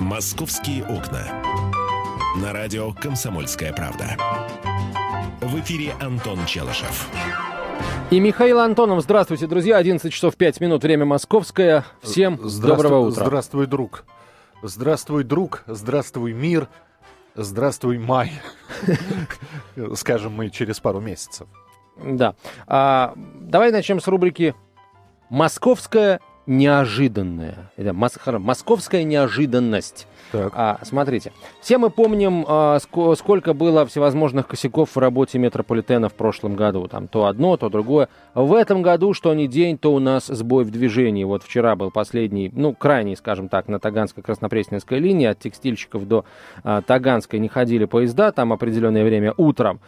«Московские окна». На радио «Комсомольская правда». В эфире Антон Челышев. И Михаил Антонов. Здравствуйте, друзья. 11 часов 5 минут. Время московское. Всем доброго утра. Здравствуй, друг. Здравствуй, друг. Здравствуй, мир. Здравствуй, май. Скажем мы через пару месяцев. Да. Давай начнем с рубрики «Московская неожиданная». Московская неожиданность. Смотрите, все мы помним, сколько было всевозможных косяков в работе метрополитена в прошлом году. Там то одно, то другое. В этом году, что ни день, то у нас сбой в движении. Вот вчера был последний, крайний, скажем так, на Таганско-Краснопресненской линии. От Текстильщиков до Таганской не ходили поезда, там определенное время утром.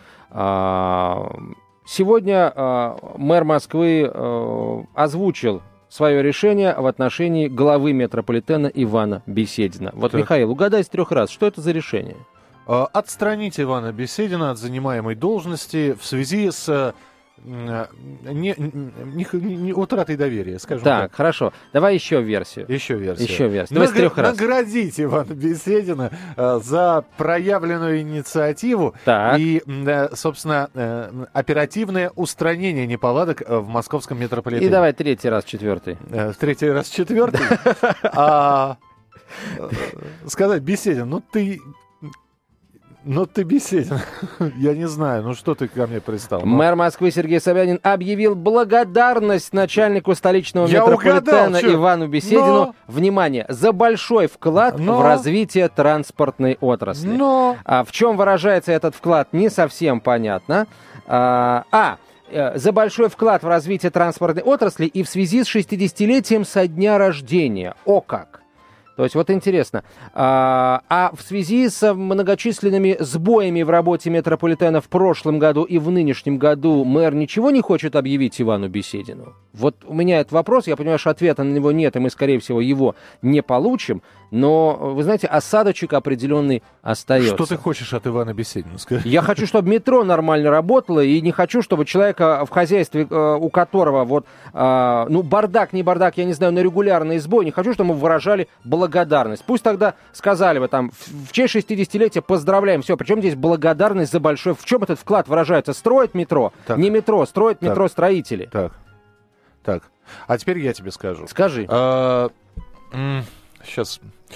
Сегодня мэр Москвы озвучил свое решение в отношении главы метрополитена Ивана Беседина. Вот, так. Михаил, угадай с 3 раз, что это за решение? Отстранить Ивана Беседина от занимаемой должности в связи с утратой доверия, скажем так. Так, хорошо. Давай еще версию. Еще версию. Давай с 3 раз. Наградить Ивана Беседина за проявленную инициативу и, собственно, оперативное устранение неполадок в московском метрополитене. И давай 3-й раз, 4-й. 3-й раз, 4-й? Сказать: Беседин, ты Беседин. Я не знаю, что ты ко мне пристал. Мэр Москвы Сергей Собянин объявил благодарность начальнику столичного метрополитена Ивану Беседину, внимание, за большой вклад в развитие транспортной отрасли. В чем выражается этот вклад, не совсем понятно. За большой вклад в развитие транспортной отрасли и в связи с 60-летием со дня рождения. О как! То есть вот интересно, в связи с многочисленными сбоями в работе метрополитена в прошлом году и в нынешнем году мэр ничего не хочет объявить Ивану Беседину? Вот у меня этот вопрос, я понимаю, что ответа на него нет, и мы, скорее всего, его не получим, но, вы знаете, осадочек определенный остается. Что ты хочешь от Ивана Беседина? Я хочу, чтобы метро нормально работало, и не хочу, чтобы человека в хозяйстве, у которого бардак, не бардак, я не знаю, на регулярный сбой, не хочу, чтобы ему выражали благодарность. Пусть тогда сказали бы там, в честь 60-летия поздравляем, все, причем здесь благодарность за большой... В чем этот вклад выражается? Строить метро? Так. Не метро, строить метро строители. Так. А теперь я тебе скажу. Скажи. Сейчас.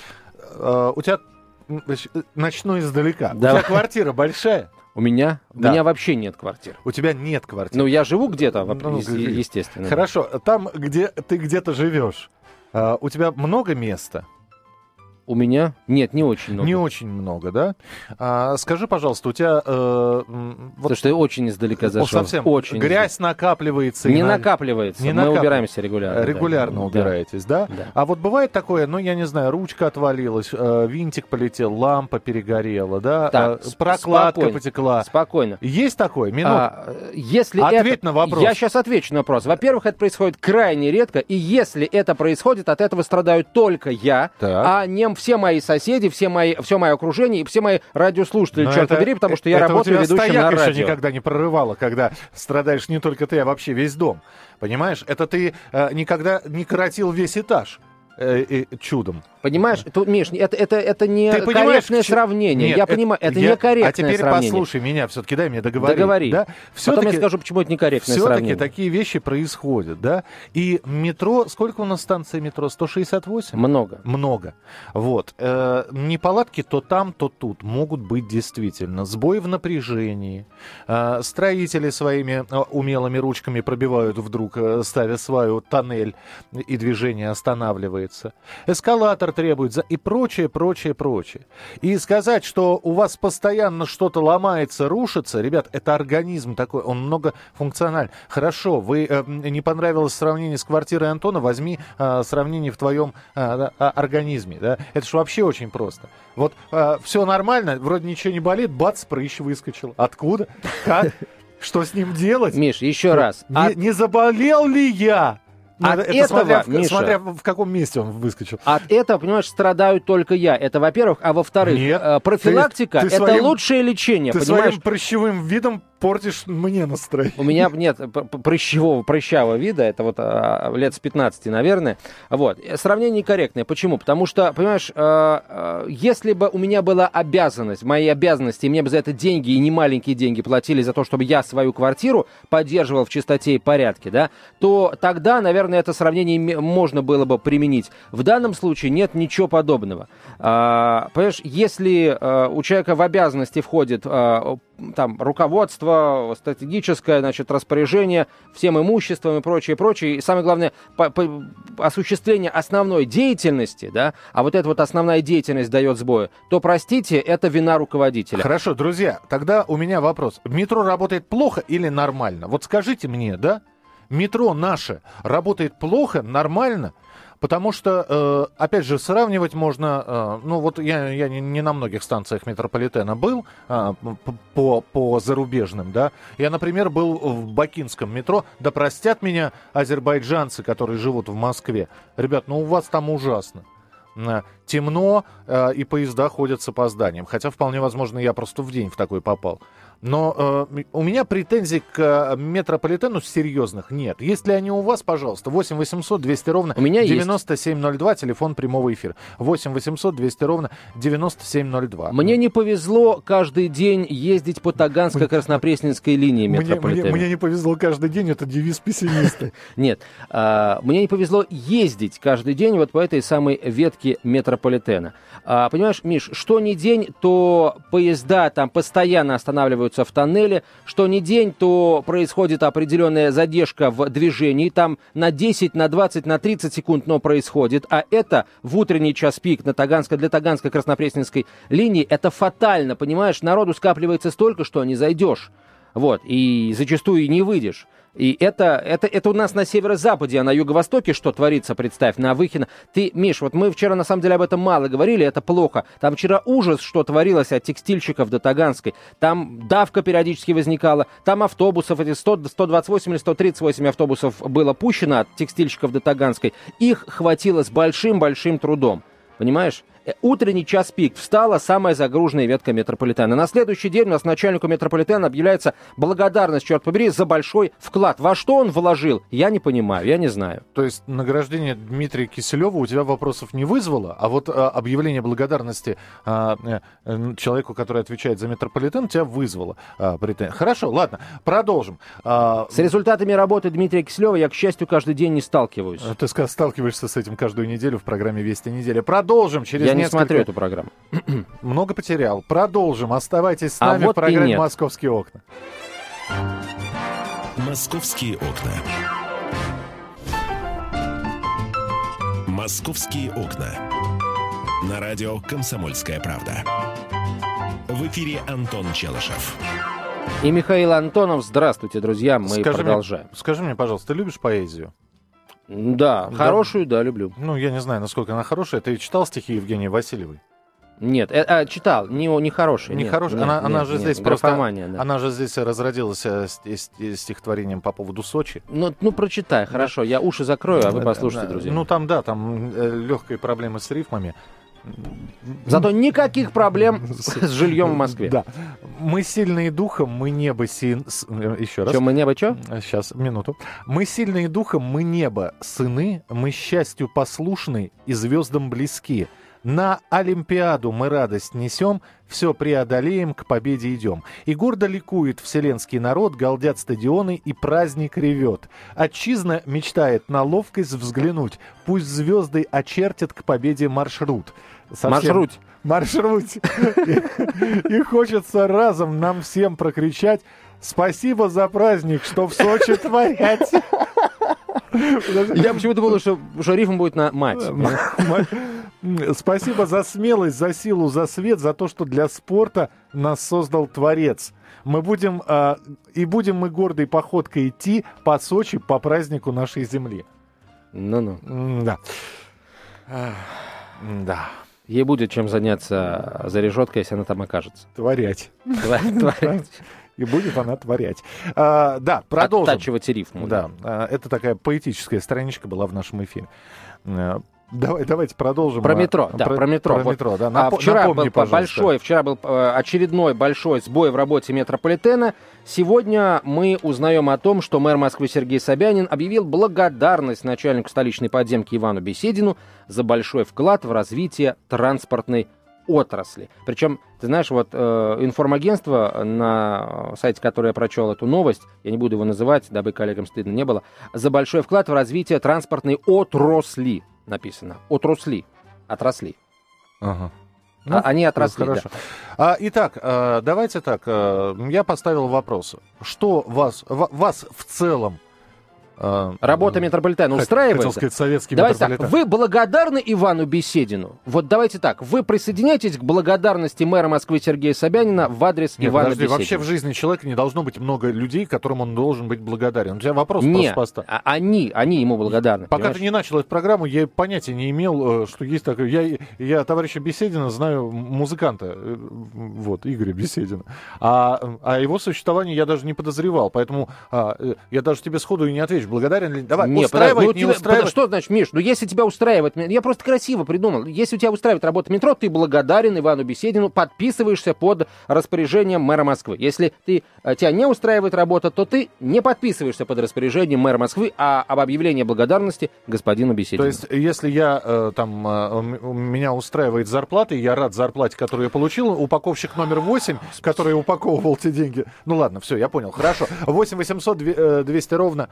У тебя... Начну издалека. Да. У тебя квартира большая? У меня? Да. У меня вообще нет квартир. У тебя нет квартиры? Я живу где-то, естественно. Хорошо. Там, где ты где-то живешь, у тебя много места? У меня? Нет, не очень много. Не очень много, да? Скажи, пожалуйста, у тебя... Слушай, ты очень издалека зашел. Совсем. Очень грязь накапливается. Не накапливается. Мы убираемся регулярно. Регулярно убираетесь, да? А вот бывает такое, я не знаю, ручка отвалилась, винтик полетел, лампа перегорела, да? Так, прокладка потекла. Спокойно. Есть такое? Ответь на вопрос. Я сейчас отвечу на вопрос. Во-первых, это происходит крайне редко, и если это происходит, от этого страдаю только я, а не все мои соседи, все мое окружение и все мои радиослушатели, черт побери, потому что я работаю ведущим на радио. Еще никогда не прорывало, когда страдаешь не только ты, а вообще весь дом. Понимаешь? Это ты никогда не коротил весь этаж чудом. Понимаешь, тут, Миш, это не корректное сравнение. Нет, я понимаю, это некорректное сравнение. А теперь послушай меня, все-таки дай мне договорить. Договори. Да? Потом я скажу, почему это некорректное сравнение. Все-таки такие вещи происходят, да? И метро, сколько у нас станций метро? 168? Много. Вот. Неполадки то там, то тут могут быть действительно. Сбой в напряжении. Строители своими умелыми ручками пробивают вдруг, ставя свою тоннель, и движение останавливается. Эскалатор требует и прочее. И сказать, что у вас постоянно что-то ломается, рушится, ребят, это организм такой, он многофункциональный. Хорошо, вы не понравилось сравнение с квартирой Антона, возьми сравнение в твоем организме. Да? Это ж вообще очень просто. Вот все нормально, вроде ничего не болит, бац, прыщ выскочил. Откуда? Как? Что с ним делать? Миш, еще раз. Не заболел ли я? Смотря в каком месте он выскочил. От этого, понимаешь, страдаю только я. Это, во-первых. А во-вторых, профилактика — это лучшее лечение. Ты понимаешь? своим прыщевым видом портишь мне настроение. У меня нет прыщавого вида, это вот лет с 15, наверное. Вот. Сравнение некорректное. Почему? Потому что, понимаешь, если бы у меня была обязанность, мои обязанности, и мне бы за это деньги, и не маленькие деньги платили за то, чтобы я свою квартиру поддерживал в чистоте и порядке, да, то тогда, наверное, это сравнение можно было бы применить. В данном случае нет ничего подобного. Понимаешь, если у человека в обязанности входит там руководство, стратегическое, значит, распоряжение всем имуществом и прочее, и самое главное, осуществление основной деятельности, да, а вот эта вот основная деятельность дает сбои, то, простите, это вина руководителя. Хорошо, друзья, тогда у меня вопрос. Метро работает плохо или нормально? Вот скажите мне, да, метро наше работает плохо, нормально? Потому что, опять же, сравнивать можно... Ну, вот я не на многих станциях метрополитена был, по зарубежным, да. Я, например, был в бакинском метро. Да простят меня азербайджанцы, которые живут в Москве. Ребят, ну у вас там ужасно. Темно, и поезда ходят с опозданием. Хотя, вполне возможно, я просто в день в такой попал. Но у меня претензий к метрополитену серьезных нет. Есть ли они у вас, пожалуйста, 8 800 200 ровно 9702, телефон прямого эфира. 8 800 200 ровно 9702. Мне не повезло каждый день ездить по Таганско-Краснопресненской линии метрополитена. Мне не повезло каждый день, это девиз пессимиста. Нет, мне не повезло ездить каждый день вот по этой самой ветке метрополитена. Понимаешь, Миш, что ни день, то поезда там постоянно останавливаются в тоннеле, что ни день, то происходит определенная задержка в движении, там на 10, на 20, на 30 секунд, но происходит, а это в утренний час пик для Таганско-Краснопресненской линии, это фатально, понимаешь, народу скапливается столько, что не зайдешь, вот, и зачастую и не выйдешь. И это у нас на северо-западе, а на юго-востоке что творится, представь, на Выхино. Ты, Миш, вот мы вчера на самом деле об этом мало говорили, это плохо. Там вчера ужас, что творилось от текстильщиков до Таганской. Там давка периодически возникала, там автобусов, эти 128 или 138 автобусов было пущено от текстильщиков до Таганской. Их хватило с большим-большим трудом, понимаешь? Утренний час пик. Встала самая загруженная ветка метрополитена. На следующий день у нас начальнику метрополитена объявляется благодарность, черт побери, за большой вклад. Во что он вложил? Я не понимаю, я не знаю. То есть награждение Дмитрия Киселева у тебя вопросов не вызвало, а вот объявление благодарности человеку, который отвечает за метрополитен, тебя вызвало. Хорошо, ладно, продолжим. С результатами работы Дмитрия Киселева я, к счастью, каждый день не сталкиваюсь. Ты сталкиваешься с этим каждую неделю в программе «Вести недели». Продолжим через Я не смотрю эту программу. Много потерял. Продолжим. Оставайтесь с нами в программе «Московские окна». «Московские окна». «Московские окна». На радио «Комсомольская правда». В эфире Антон Челышев. И Михаил Антонов. Здравствуйте, друзья. Мы продолжаем. Скажи мне, пожалуйста, ты любишь поэзию? Да, хорошую, да, люблю. Ну, я не знаю, насколько она хорошая. Ты читал стихи Евгении Васильевой? Нет, читал, не хорошие. Не хорошие? Она же здесь графомания, да. Она же здесь разродилась стихотворением по поводу Сочи. Ну, прочитай, хорошо. Я уши закрою, а вы послушайте, друзья. Ну, там легкие проблемы с рифмами. Зато никаких проблем с жильем в Москве. Да. Мы сильные духом, мы небо Еще раз. Что, мы небо, что? Сейчас, минуту. Мы сильные духом, мы небо сыны, мы счастью послушны и звездам близки. На Олимпиаду мы радость несем, все преодолеем, к победе идем. И гордо ликует вселенский народ, галдят стадионы и праздник ревет. Отчизна мечтает на ловкость взглянуть, пусть звезды очертят к победе маршрут. Маршрут. И хочется разом нам всем прокричать: спасибо за праздник, что в Сочи творять. Я почему-то думал, что рифм будет на мать. Спасибо за смелость, за силу, за свет, за то, что для спорта нас создал Творец. Будем мы гордой походкой идти по Сочи, по празднику нашей земли. Ну-ну. Да. Да. Ей будет чем заняться за решеткой, если она там окажется. Творять. И будет она творять. Продолжим. Оттачивать рифму. Да, это такая поэтическая страничка была в нашем эфире. Давайте продолжим. Про метро, про метро. Да. Вчера был очередной большой сбой в работе метрополитена. Сегодня мы узнаем о том, что мэр Москвы Сергей Собянин объявил благодарность начальнику столичной подземки Ивану Беседину за большой вклад в развитие транспортной отрасли. Причем, ты знаешь, вот информагентство, на сайте, которое я прочел эту новость, я не буду его называть, дабы коллегам стыдно не было, за большой вклад в развитие транспортной отрасли написано. Отрасли. Ага. Они отросли. Хорошо. Да. Итак, давайте так. Я поставил вопрос. Что вас в целом работа метрополитена устраивает? Хотел сказать, советский давайте метрополитен. Так, вы благодарны Ивану Беседину? Вот давайте так, вы присоединяетесь к благодарности мэра Москвы Сергея Собянина в адрес Ивана Беседина? Вообще в жизни человека не должно быть много людей, которым он должен быть благодарен. У тебя вопрос просто поставь. Они ему благодарны. Пока ты не начал эту программу, я понятия не имел, что есть такое. Я товарища Беседина знаю, музыканта, вот, Игоря Беседина. А его существование я даже не подозревал, поэтому я даже тебе сходу и не отвечу. Благодарен ли? Давай, устраивает, не устраивает. Что значит, Миш, если тебя устраивает... Я просто красиво придумал. Если тебя устраивает работа метро, ты благодарен Ивану Беседину, подписываешься под распоряжением мэра Москвы. Если тебя не устраивает работа, то ты не подписываешься под распоряжением мэра Москвы, а об объявлении благодарности господину Беседину. То есть, если меня устраивает зарплата, и я рад зарплате, которую я получил, упаковщик номер 8, который упаковывал те деньги... Ну ладно, все, я понял, хорошо. 8 800 200 ровно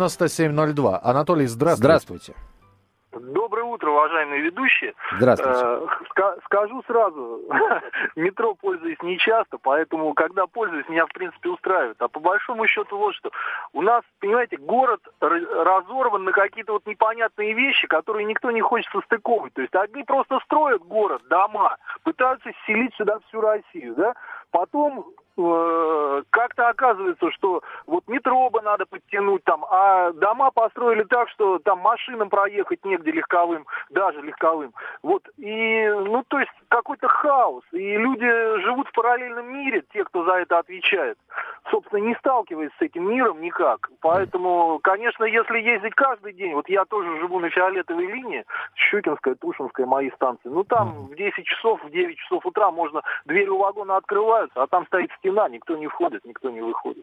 9702. Анатолий, здравствуйте. Здравствуйте. Доброе утро, уважаемые ведущие. Здравствуйте. Скажу сразу, метро пользуюсь нечасто, поэтому, когда пользуюсь, меня, в принципе, устраивает. А по большому счету вот что. У нас, понимаете, город разорван на какие-то вот непонятные вещи, которые никто не хочет состыковывать. То есть одни просто строят город, дома, пытаются селить сюда всю Россию, да? Потом как-то оказывается, что вот метро бы надо подтянуть там, а дома построили так, что там машинам проехать негде легковым, даже легковым. Вот, и, то есть какой-то хаос. И люди живут в параллельном мире, те, кто за это отвечает, собственно, не сталкиваясь с этим миром никак. Поэтому, конечно, если ездить каждый день, вот я тоже живу на фиолетовой линии, Щукинская, Тушинская, мои станции, там в 10 часов, в 9 часов утра можно, двери у вагона открываются, а там стоит стена, никто не входит, никто не выходит.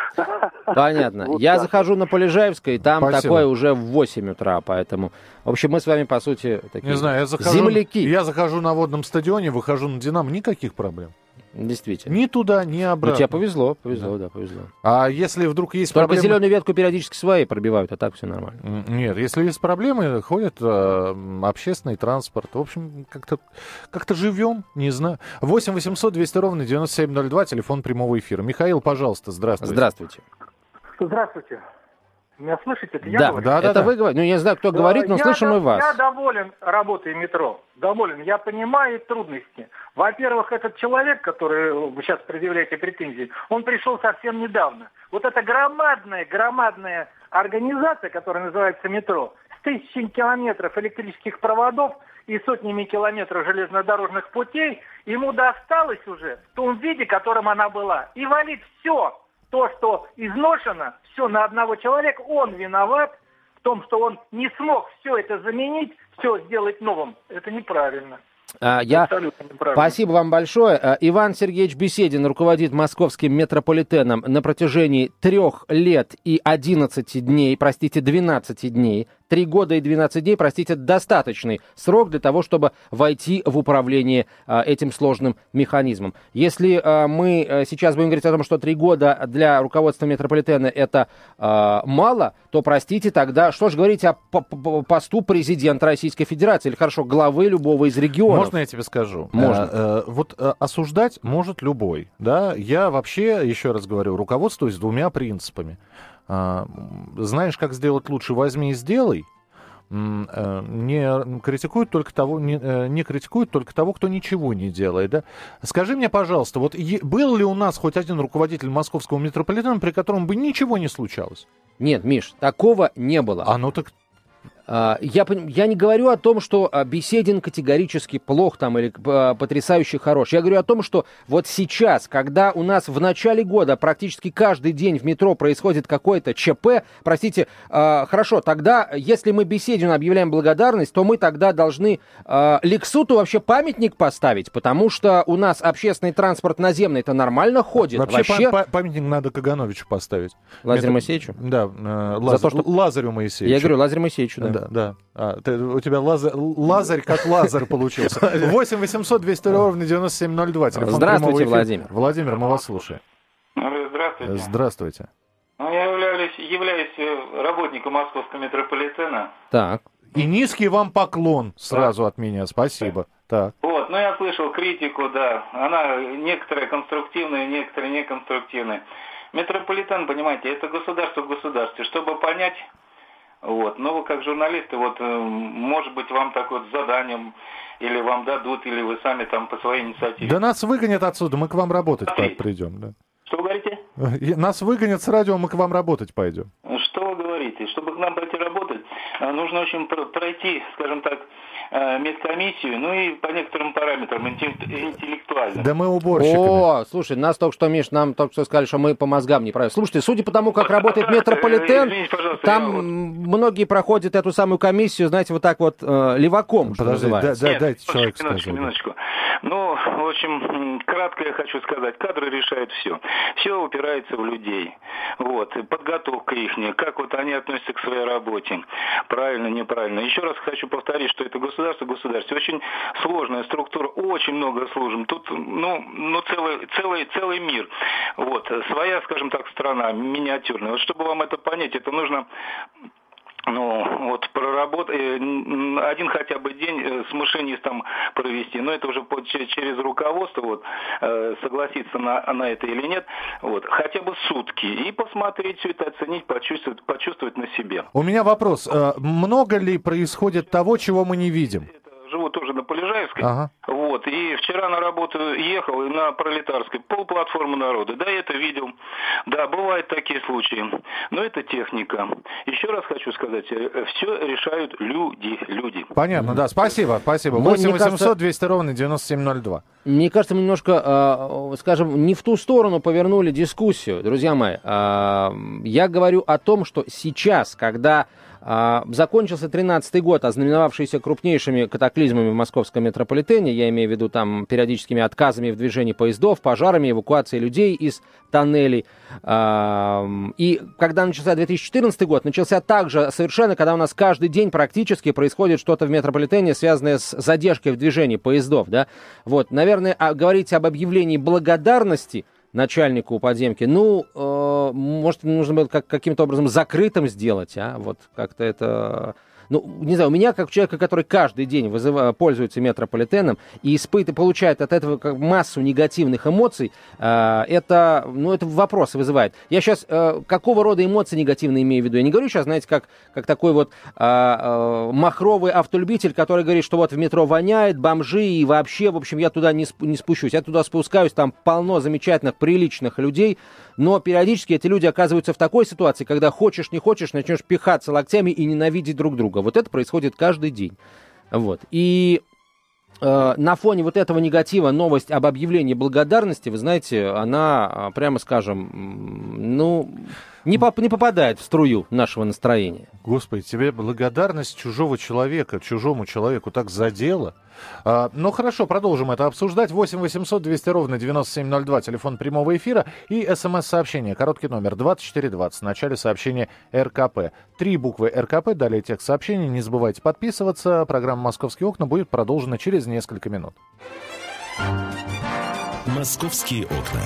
Понятно. Вот я захожу на Полежаевской, там такое уже в 8 утра, поэтому... В общем, мы с вами, по сути, такие земляки. Я захожу на водном стадионе, выхожу на «Динамо», никаких проблем. Действительно. Ни туда, ни обратно. Тебе повезло. А если вдруг есть только проблемы... зеленую ветку периодически свои пробивают, а так все нормально. Нет, если есть проблемы, ходит общественный транспорт. В общем, как-то живем, не знаю. 8 800 200 ровно 9702, телефон прямого эфира. Михаил, пожалуйста, здравствуйте. Здравствуйте. Меня слышите? Это я говорю? Это вы говорите. Я не знаю, кто говорит, но слышим и вас. Я доволен работой метро. Доволен. Я понимаю трудности. Во-первых, этот человек, который вы сейчас предъявляете претензии, он пришел совсем недавно. Вот эта громадная организация, которая называется метро, с тысячами километров электрических проводов и сотнями километров железнодорожных путей, ему досталось уже в том виде, которым она была. И валит все. То, что изношено, все на одного человека, он виноват в том, что он не смог все это заменить, все сделать новым. Это неправильно. Спасибо вам большое. Иван Сергеевич Беседин руководит московским метрополитеном на протяжении 3 лет и 12 дней, 12 дней. 3 года и 12 дней, достаточный срок для того, чтобы войти в управление этим сложным механизмом. Если мы сейчас будем говорить о том, что 3 года для руководства метрополитена это мало, то, тогда что же говорить о посту президента Российской Федерации или, хорошо, главы любого из регионов? Можно я тебе скажу? Можно. Осуждать может любой. Да? Я вообще, еще раз говорю, руководствуюсь 2 принципами. Знаешь, как сделать лучше, возьми и сделай. Не критикуют только того, кто ничего не делает. Да? Скажи мне, пожалуйста, вот был ли у нас хоть один руководитель московского метрополитена, при котором бы ничего не случалось? Нет, Миш, такого не было. Я не говорю о том, что Беседин категорически плох там или потрясающе хорош. Я говорю о том, что вот сейчас, когда у нас в начале года практически каждый день в метро происходит какое-то ЧП, простите, хорошо, тогда, если мы Беседину объявляем благодарность, то мы тогда должны Лексуту вообще памятник поставить, потому что у нас общественный транспорт наземный-то нормально ходит. Вообще памятник надо Кагановичу поставить. Лазарю Моисеевичу? Да, Лазарю Моисеевичу. Я говорю Лазарю Моисеевичу, да. Да. У тебя Лазарь как Лазарь получился. 8 800 200 ровно 9702. Здравствуйте, Владимир. Владимир, мы вас слушаем. Здравствуйте. Здравствуйте. Я являюсь работником московского метрополитена. Так. И низкий вам поклон сразу от меня. Спасибо. Так. Вот, я слышал критику, да. Она некоторая конструктивная, некоторые неконструктивная. Метрополитен, понимаете, это государство в государстве. Чтобы понять... Вот. Но вы как журналисты, может быть, вам такое заданием или вам дадут, или вы сами там по своей инициативе. Да нас выгонят отсюда, мы к вам работать придем. Да. Что вы говорите? Нас выгонят с радио, мы к вам работать пойдем. Что вы говорите? Чтобы к нам пойти работать, нужно очень пройти, скажем так, медкомиссию, и по некоторым параметрам интеллектуально. Да мы уборщики. О, слушай, нам только что сказали, что мы по мозгам не правильно. Слушайте, судя по тому, как работает метрополитен, там многие проходят эту самую комиссию, знаете, вот так вот леваком, что называется. Дайте человеку сказать. Минуточку. В общем, кратко я хочу сказать, кадры решают все. Все упирается в людей. Подготовка их, как они относятся к своей работе. Правильно, неправильно. Еще раз хочу повторить, что это государство. Очень сложная структура, очень много служим. Тут, целый мир. Своя, скажем так, страна, миниатюрная. Чтобы вам это понять, это нужно... проработать один хотя бы день с машинистом провести, но это уже через руководство, согласиться на это или нет, хотя бы сутки, и посмотреть все это, оценить, почувствовать на себе. У меня вопрос. Много ли происходит того, чего мы не видим? Живу тоже на Полежаевской. Ага. И вчера на работу ехал, и на Пролетарской, полплатформы народа. Да, я это видел. Да, бывают такие случаи. Но это техника. Еще раз хочу сказать, все решают люди. Понятно, да, спасибо. 8 800 200 ровно 9702. Мне кажется, мы немножко, скажем, не в ту сторону повернули дискуссию, друзья мои. Я говорю о том, что сейчас, когда закончился 13-й год, ознаменовавшийся крупнейшими катаклизмами в московском метрополитене, я имею в виду там периодическими отказами в движении поездов, пожарами, эвакуацией людей из тоннелей. И когда начался 2014 год, начался также совершенно, когда у нас каждый день практически происходит что-то в метрополитене, связанное с задержкой в движении поездов. Да? Наверное, говорить об объявлении благодарности начальнику подземки, может, нужно было каким-то образом закрытым сделать, как-то это... не знаю, у меня, как человека, который каждый день пользуется метрополитеном и получает от этого массу негативных эмоций, это вопросы вызывает. Я сейчас какого рода эмоции негативные имею в виду? Я не говорю сейчас, знаете, как такой махровый автолюбитель, который говорит, что в метро воняет, бомжи, и вообще, в общем, я туда не спущусь. Я туда спускаюсь, там полно замечательных, приличных людей, но периодически эти люди оказываются в такой ситуации, когда хочешь, не хочешь, начнешь пихаться локтями и ненавидеть друг друга. Это происходит каждый день. И на фоне этого негатива новость об объявлении благодарности, вы знаете, она, прямо скажем, не попадает в струю нашего настроения. Господи, тебе благодарность чужому человеку так задела. Хорошо, продолжим это обсуждать. 8 800 200 ровно 9702, телефон прямого эфира и смс-сообщение. Короткий номер 2420, в начале сообщения РКП. 3 буквы РКП, далее текст сообщения. Не забывайте подписываться. Программа «Московские окна» будет продолжена через несколько минут. «Московские окна».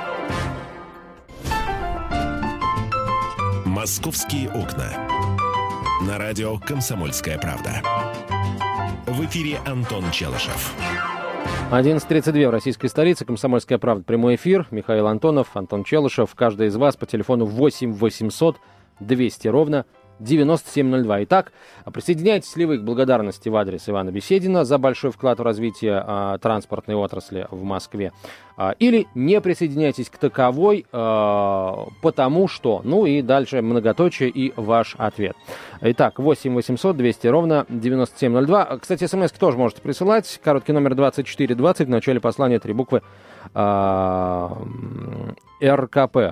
«Московские окна». На радио «Комсомольская правда». В эфире Антон Челышев. 11:32 в российской столице. «Комсомольская правда». Прямой эфир. Михаил Антонов, Антон Челышев. Каждый из вас по телефону 8 800 200 ровно 9702. Итак, присоединяйтесь ли вы к благодарности в адрес Ивана Беседина за большой вклад в развитие транспортной отрасли в Москве, или не присоединяйтесь к таковой, потому что, ну и дальше многоточие и ваш ответ. Итак, 8 800 200 ровно 9702. Кстати, смс тоже можете присылать. Короткий номер 2420, в начале послания 3 буквы РКП.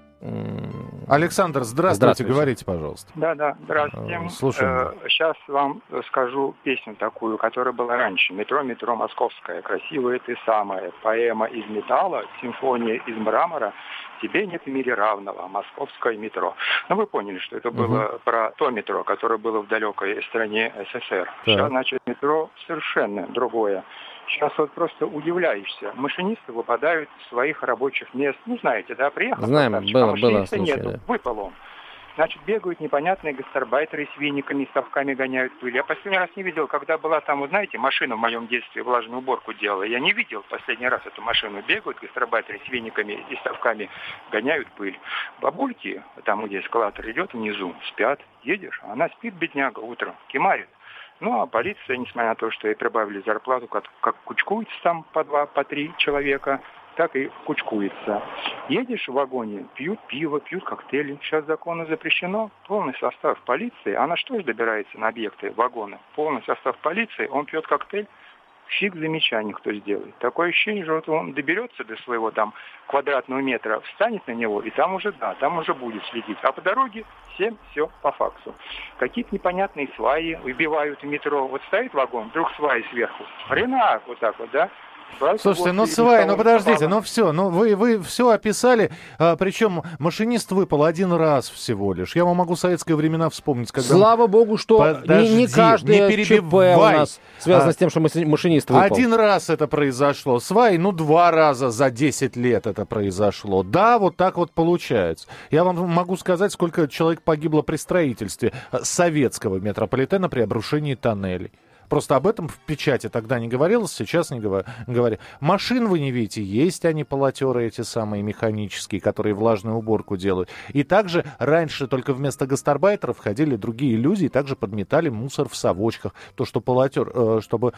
Александр, здравствуйте, говорите, пожалуйста. Да, здравствуйте. Слушаем. Сейчас вам скажу песню такую, которая была раньше. «Метро московское, красивое ты самое, поэма из металла, симфония из мрамора, тебе нет в мире равного, московское метро». Ну, вы поняли, что это было про то метро, которое было в далекой стране СССР. Сейчас, значит, метро совершенно другое. Сейчас вот просто удивляешься. Машинисты выпадают из своих рабочих мест. Ну, знаете, да, приехал. Знаем, было машиниста случай, нету, да. выпал он. Значит, бегают непонятные гастарбайтеры с вениками, с совками гоняют пыль. Я последний раз не видел, когда была там, вы знаете, машина в моем детстве влажную уборку делала. Я не видел последний раз эту машину. Бегают гастарбайтеры с вениками и совками гоняют пыль. Бабульки, там, где эскалатор идет внизу, спят. Едешь, она спит, бедняга, утром, кимарит. Ну, а полиция, несмотря на то, что ей прибавили зарплату, как кучкуется там по 2, по 3 человека, так и кучкуется. Едешь в вагоне, пьют пиво, пьют коктейли. Сейчас законно запрещено. Полный состав полиции. Она что же добирается на объекты вагона? Полный состав полиции, он пьет коктейль. Фиг замечаний кто сделает. Такое ощущение, что вот он доберется до своего там квадратного метра, встанет на него, и там уже будет следить. А по дороге всем все по факсу. Какие-то непонятные сваи выбивают в метро. Вот стоит вагон, вдруг сваи сверху. Хрена, вот так вот, да? Слушайте, ну свай, ну подождите, ну все, ну вы все описали, причем машинист выпал один раз всего лишь. Я вам могу советские времена вспомнить, когда... Слава богу, что не каждое ЧП у нас связано с тем, что машинист выпал. Один раз это произошло. Свай, 2 раза за 10 лет это произошло. Да, вот так вот получается. Я вам могу сказать, сколько человек погибло при строительстве советского метрополитена при обрушении тоннелей. Просто об этом в печати тогда не говорилось, сейчас не говорят. Машин вы не видите, есть они полотеры эти самые механические, которые влажную уборку делают. И также раньше только вместо гастарбайтеров ходили другие люди и также подметали мусор в совочках. То, что полотер, чтобы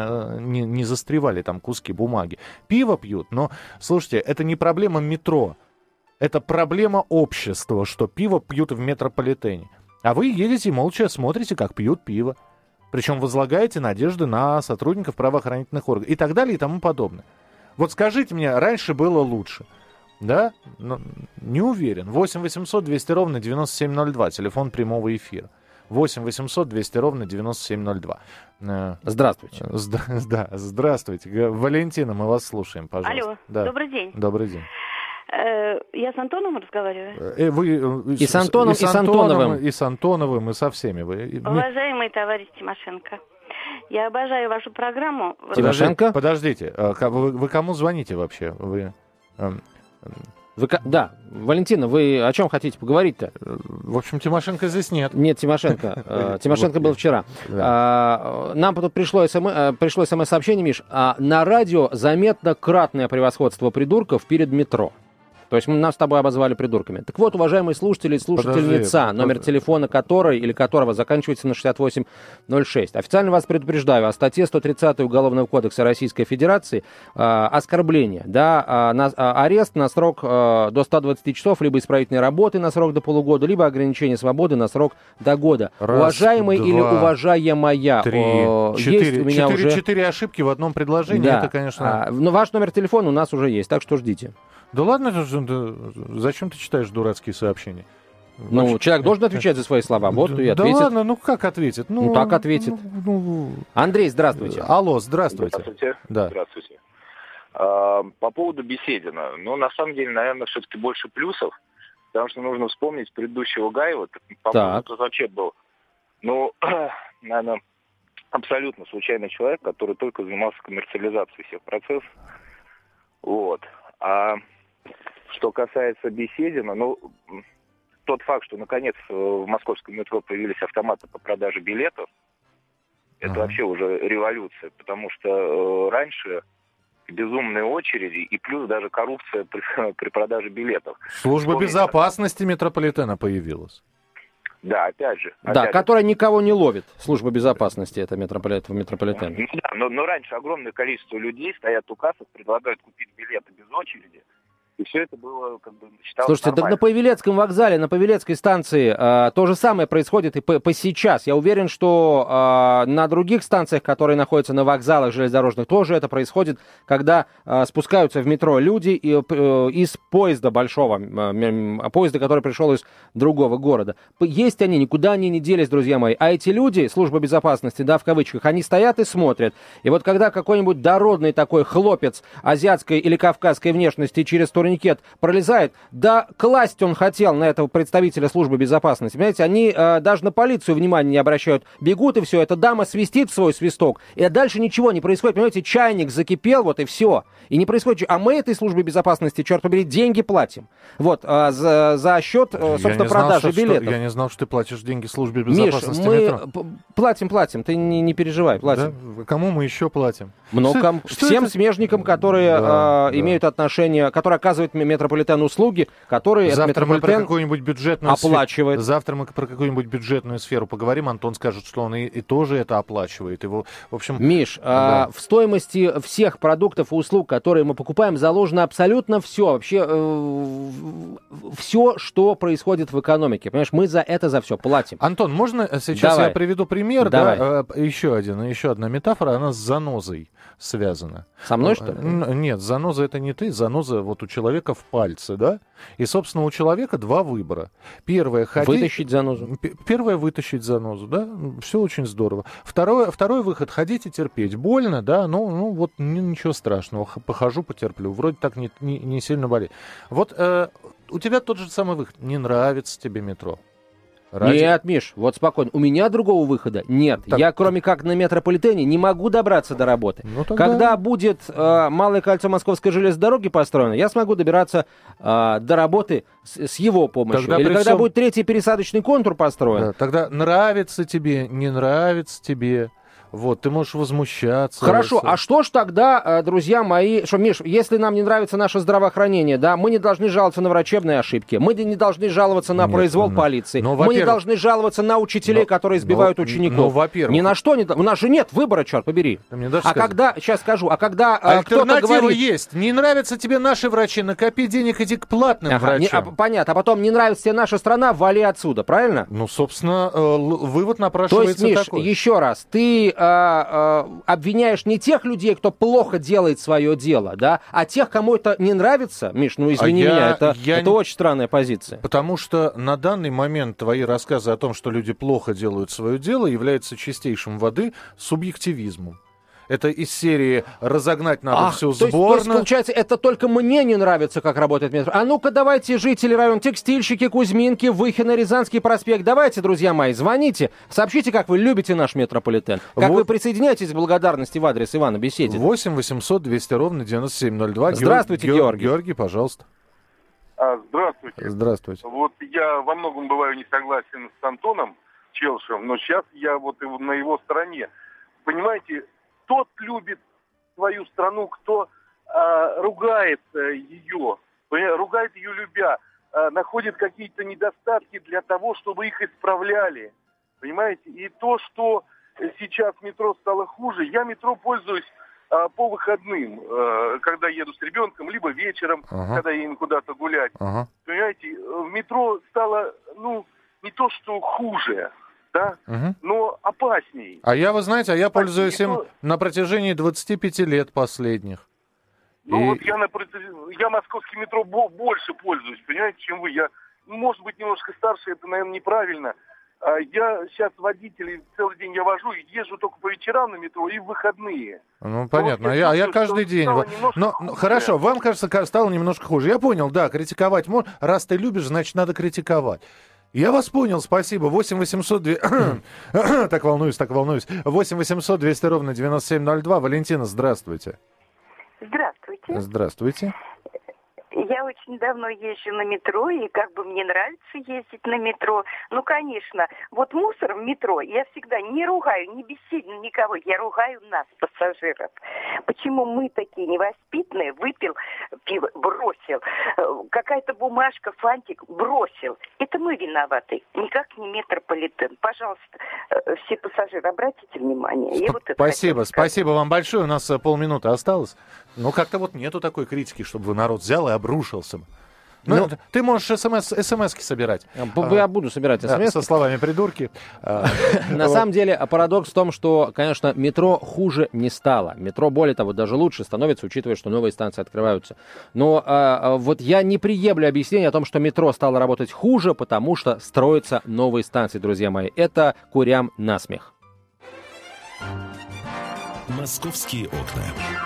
не застревали там куски бумаги. Пиво пьют, но, слушайте, это не проблема метро. Это проблема общества, что пиво пьют в метрополитене. А вы едете молча смотрите, как пьют пиво. Причем возлагаете надежды на сотрудников правоохранительных органов и так далее и тому подобное. Вот скажите мне, раньше было лучше? Да? Но не уверен. 8 800 200 ровно 9702, телефон прямого эфира. 8 800 200 ровно 9702. Здравствуйте. Да, здравствуйте. Валентина, мы вас слушаем, пожалуйста. Алло, да. Добрый день. Добрый день. Я с Антоном разговариваю? И с Антоном, и с Антоновым. И с Антоновым, и со всеми. Уважаемый товарищ Тимошенко, я обожаю вашу программу. Тимошенко? Подождите, вы кому звоните вообще? Да, Валентина, вы о чем хотите поговорить-то? В общем, Тимошенко здесь нет. Нет, Тимошенко. Тимошенко был вчера. Нам тут пришло смс-сообщение, Миш. На радио заметно кратное превосходство придурков перед метро. То есть нас с тобой обозвали придурками. Так вот, уважаемые слушатели и слушательница, номер телефона которой или которого заканчивается на 6806. Официально вас предупреждаю о статье 130 Уголовного кодекса Российской Федерации оскорбление, да, арест на срок до 120 часов, либо исправительной работы на срок до полугода, либо ограничение свободы на срок до года. Уважаемый или уважаемая, 3, 4, есть у меня 4 ошибки в одном предложении, да. Это, конечно... Но ваш номер телефона у нас уже есть, так что ждите. Да ладно, зачем ты читаешь дурацкие сообщения? Ну, человек должен отвечать за свои слова. Вот и ответит. Да ладно, ну как ответит? Ну так ответит. Андрей, здравствуйте. Алло, здравствуйте. Здравствуйте. Да. Здравствуйте. По поводу Беседина. Ну, на самом деле, наверное, все-таки больше плюсов, потому что нужно вспомнить предыдущего Гаева. По-моему, это вообще был, наверное, абсолютно случайный человек, который только занимался коммерциализацией всех процессов. Вот. А что касается Беседина, тот факт, что наконец в московском метро появились автоматы по продаже билетов, это вообще уже революция, потому что раньше безумные очереди и плюс даже коррупция при продаже билетов. Служба безопасности метрополитена появилась. Да, опять же. Да, которая никого не ловит, служба безопасности, это метрополитен. Да, но раньше огромное количество людей стоят у кассах, предлагают купить билеты без очереди. И все это было, как бы, считалось Слушайте, нормально. так на Павелецком вокзале, на Павелецкой станции то же самое происходит и по сейчас. Я уверен, что на других станциях, которые находятся на вокзалах железнодорожных, тоже это происходит, когда спускаются в метро люди из поезда большого, поезда, который пришел из другого города. Есть они, никуда они не делись, друзья мои. А эти люди, служба безопасности, да, в кавычках, они стоят и смотрят. И вот когда какой-нибудь дородный такой хлопец азиатской или кавказской внешности через турникет пролезает, да класть он хотел на этого представителя службы безопасности. Понимаете, они даже на полицию внимания не обращают. Бегут и все, эта дама свистит в свой свисток, и дальше ничего не происходит. Понимаете, чайник закипел, вот и все. И не происходит. А мы этой службе безопасности, черт побери, деньги платим. Вот, за счет, собственно, продажи билетов. Я не знал, что ты платишь деньги службе безопасности. Миш, мы платим, ты не переживай, платим. Да? Кому мы еще платим? Всем смежникам, которые имеют отношение, которые оказывают метрополитен услуги, которые завтра мы про какую-нибудь бюджетную оплачивает. Завтра мы про какую-нибудь бюджетную сферу поговорим. Антон скажет, что он и тоже это оплачивает. Его, в общем, Миш, в стоимости всех продуктов и услуг, которые мы покупаем, заложено абсолютно все. Вообще все, что происходит в экономике. Понимаешь, мы за все платим. Антон, можно сейчас я приведу пример? Давай. Да? Еще одна метафора, она с занозой связана. Со мной, что ли? Нет, заноза это не ты, заноза вот у человека в пальце, да? И, собственно, у человека два выбора. Первое — вытащить занозу. Первое — вытащить занозу, да? Все очень здорово. Второй выход — ходить и терпеть. Больно, да? Ну вот ничего страшного. Похожу, потерплю. Вроде так не сильно болит. Вот у тебя тот же самый выход. Не нравится тебе метро. Нет, Миш, вот спокойно. У меня другого выхода нет. Так. Я, кроме как на метрополитене, не могу добраться до работы. Тогда... Когда будет малое кольцо Московской железной дороги построено, я смогу добираться до работы с его помощью. Тогда или когда будет третий пересадочный контур построен. Да, тогда нравится тебе, не нравится тебе. Вот, ты можешь возмущаться. Хорошо, а что ж тогда, друзья мои, Миш, если нам не нравится наше здравоохранение, да, мы не должны жаловаться на врачебные ошибки, мы не должны жаловаться на произвол полиции, мы не должны жаловаться на учителей, которые избивают учеников. Во-первых. Ни на что не... У нас же нет выбора, черт побери. Когда, сейчас скажу, когда альтернатива кто-то говорит... есть. Не нравятся тебе наши врачи, накопи денег, иди к платным врачам. Понятно, а потом не нравится тебе наша страна, вали отсюда, правильно? Ну, собственно, вывод напрашивается такой. То есть, Миш, еще раз, ты... обвиняешь не тех людей, кто плохо делает свое дело, да, а тех, кому это не нравится. Миш, ну извини меня, это очень странная позиция. Потому что на данный момент твои рассказы о том, что люди плохо делают свое дело, являются чистейшим воды субъективизмом. Это из серии «разогнать надо всю сборную». То есть, получается, это только мне не нравится, как работает метро. А ну-ка, давайте, жители района Текстильщики, Кузьминки, Выхино, Рязанский проспект. Давайте, друзья мои, звоните, сообщите, как вы любите наш метрополитен. Как вы присоединяетесь к благодарности в адрес Ивана Беседина. 8 800 200 ровно 9702. Здравствуйте, Георгий. Георгий, пожалуйста. Здравствуйте. Здравствуйте. Вот я во многом бываю не согласен с Антоном Челшевым, но сейчас я вот на его стороне. Понимаете, тот любит свою страну, кто ругает ее, ругает ее любя, находит какие-то недостатки для того, чтобы их исправляли. Понимаете? И то, что сейчас метро стало хуже, я метро пользуюсь по выходным, когда еду с ребенком, либо вечером, когда едем куда-то гулять. Понимаете, в метро стало, не то что хуже, да, но опасней. А я, вы знаете, я пользуюсь им на протяжении 25 лет последних. Вот я московским метро больше пользуюсь, понимаете, чем вы. Я, может быть, немножко старше, это, наверное, неправильно. Я сейчас водитель, и целый день я вожу, и езжу только по вечерам на метро и в выходные. Ну, понятно. Я каждый день. Хорошо, вам кажется, стало немножко хуже. Я понял, да, критиковать можно. Раз ты любишь, значит, надо критиковать. Я вас понял, спасибо. 8 800... Так волнуюсь. 8 800 200 ровно 9702. Валентина, здравствуйте. Здравствуйте. Здравствуйте. Я очень давно езжу на метро, и как бы мне нравится ездить на метро. Ну, конечно, вот мусор в метро я всегда не ругаю, не беседую никого, я ругаю нас, пассажиров. Почему мы такие невоспитанные, выпил пиво, бросил, какая-то бумажка, фантик, бросил. Это мы виноваты, никак не метрополитен. Пожалуйста, все пассажиры, обратите внимание. Спасибо вам большое, у нас полминуты осталось. Ну, как-то вот нету такой критики, чтобы народ взял и обрушился. Ну, ты можешь смс-ки собирать. Я буду собирать смс-ки. Со словами «придурки». На самом деле, парадокс в том, что, конечно, метро хуже не стало. Метро, более того, даже лучше становится, учитывая, что новые станции открываются. Но вот я не приемлю объяснение о том, что метро стало работать хуже, потому что строятся новые станции, друзья мои. Это курям насмех. «Московские окна».